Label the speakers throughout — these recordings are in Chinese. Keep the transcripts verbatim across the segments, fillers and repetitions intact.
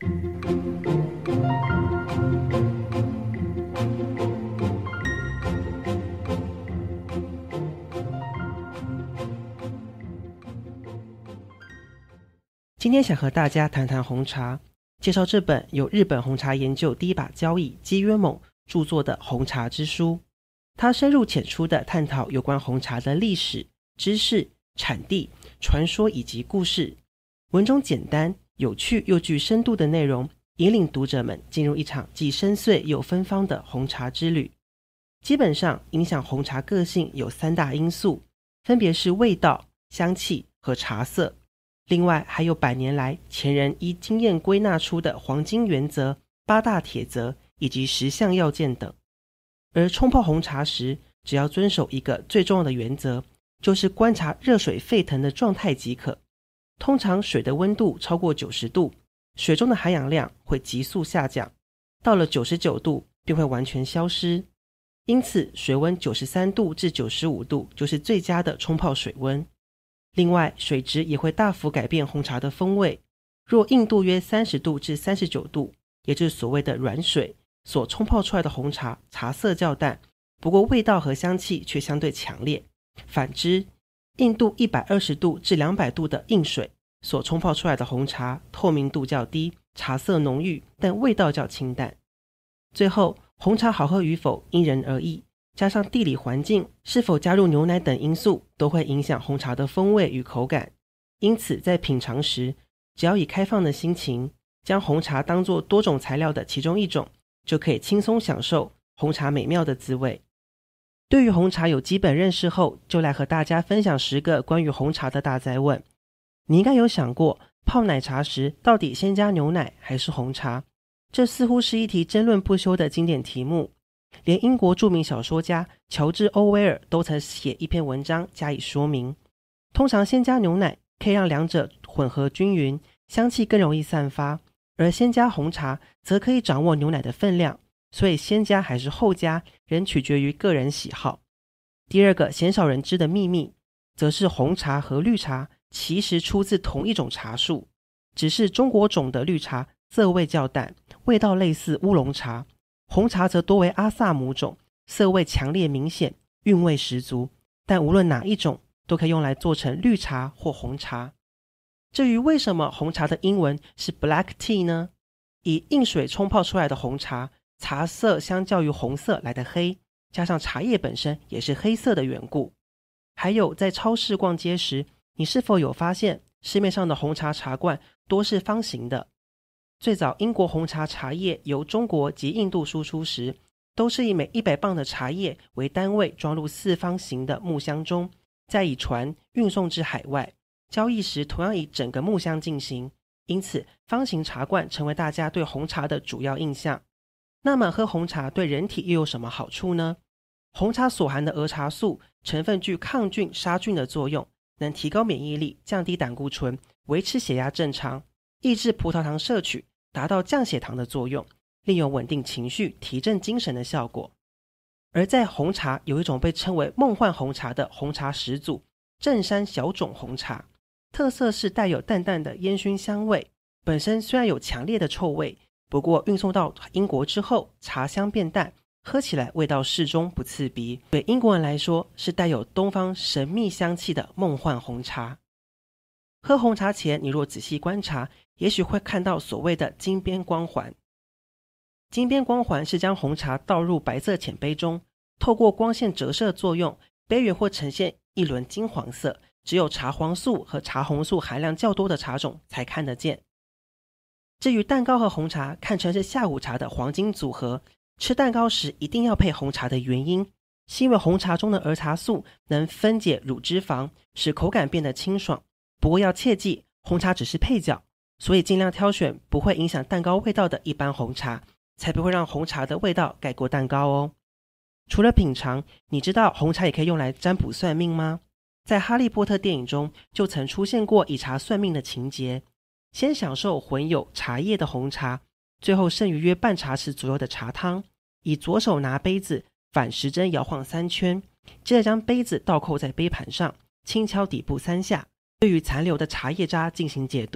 Speaker 1: 今天想和大家谈谈红茶，介绍这本由日本红茶研究第一把交椅姬约猛著作的《红茶之书》。他深入浅出地探讨有关红茶的历史、知识、产地、传说以及故事。文中简单、有趣又具深度的内容，引领读者们进入一场既深邃又芬芳的红茶之旅。基本上影响红茶个性有三大因素，分别是味道、香气和茶色。另外还有百年来前人依经验归纳出的黄金原则、八大铁则以及十项要件等。而冲泡红茶时，只要遵守一个最重要的原则，就是观察热水沸腾的状态即可。通常水的温度超过九十度，水中的含氧量会急速下降，到了九十九度便会完全消失。因此水温九十三度至九十五度就是最佳的冲泡水温。另外水质也会大幅改变红茶的风味，若硬度约三十度至三十九度，也就是所谓的软水，所冲泡出来的红茶茶色较淡，不过味道和香气却相对强烈。反之，硬度一百二十度至两百度的硬水所冲泡出来的红茶透明度较低，茶色浓郁，但味道较清淡。最后，红茶好喝与否因人而异，加上地理环境、是否加入牛奶等因素都会影响红茶的风味与口感。因此在品尝时，只要以开放的心情，将红茶当作多种材料的其中一种，就可以轻松享受红茶美妙的滋味。对于红茶有基本认识后，就来和大家分享十个关于红茶的大哉问。你应该有想过，泡奶茶时到底先加牛奶还是红茶？这似乎是一题争论不休的经典题目，连英国著名小说家乔治·欧威尔都曾写一篇文章加以说明。通常先加牛奶可以让两者混合均匀，香气更容易散发，而先加红茶则可以掌握牛奶的分量，所以先加还是后加仍取决于个人喜好。第二个鲜少人知的秘密，则是红茶和绿茶其实出自同一种茶树，只是中国种的绿茶色味较淡，味道类似乌龙茶，红茶则多为阿萨姆种，色味强烈明显，韵味十足，但无论哪一种都可以用来做成绿茶或红茶。至于为什么红茶的英文是 black tea 呢？以硬水冲泡出来的红茶，茶色相较于红色来得黑，加上茶叶本身也是黑色的缘故。还有在超市逛街时，你是否有发现市面上的红茶茶罐多是方形的？最早英国红茶茶叶由中国及印度输出时，都是以每一百磅的茶叶为单位装入四方形的木箱中，再以船运送至海外，交易时同样以整个木箱进行，因此方形茶罐成为大家对红茶的主要印象。那么喝红茶对人体又有什么好处呢？红茶所含的儿茶素成分具抗菌杀菌的作用，能提高免疫力，降低胆固醇，维持血压正常，抑制葡萄糖摄取，达到降血糖的作用，另有稳定情绪、提振精神的效果。而在红茶有一种被称为梦幻红茶的红茶始祖正山小种红茶，特色是带有淡淡的烟熏香味，本身虽然有强烈的臭味，不过运送到英国之后茶香变淡，喝起来味道适中不刺鼻，对英国人来说是带有东方神秘香气的梦幻红茶。喝红茶前你若仔细观察，也许会看到所谓的金边光环。金边光环是将红茶倒入白色浅杯中，透过光线折射作用，杯缘会呈现一轮金黄色，只有茶黄素和茶红素含量较多的茶种才看得见。至于蛋糕和红茶看成是下午茶的黄金组合，吃蛋糕时一定要配红茶的原因，是因为红茶中的儿茶素能分解乳脂肪，使口感变得清爽。不过要切记，红茶只是配角，所以尽量挑选不会影响蛋糕味道的一般红茶，才不会让红茶的味道盖过蛋糕哦。除了品尝，你知道红茶也可以用来占卜算命吗？在哈利波特电影中就曾出现过以茶算命的情节，先享受混有茶叶的红茶，最后剩余约半茶匙左右的茶汤，以左手拿杯子反时针摇晃三圈，接着将杯子倒扣在杯盘上，轻敲底部三下，对于残留的茶叶渣进行解毒，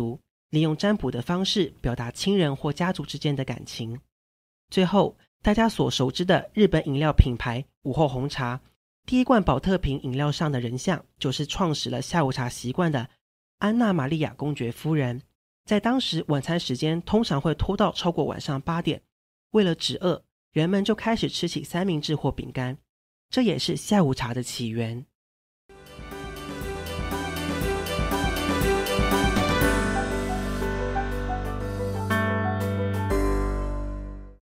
Speaker 1: 利用占卜的方式表达亲人或家族之间的感情。最后，大家所熟知的日本饮料品牌午后红茶，第一罐宝特瓶饮料上的人像就是创始了下午茶习惯的安娜玛利亚公爵夫人。在当时晚餐时间通常会拖到超过晚上八点，为了止饿，人们就开始吃起三明治或饼干，这也是下午茶的起源。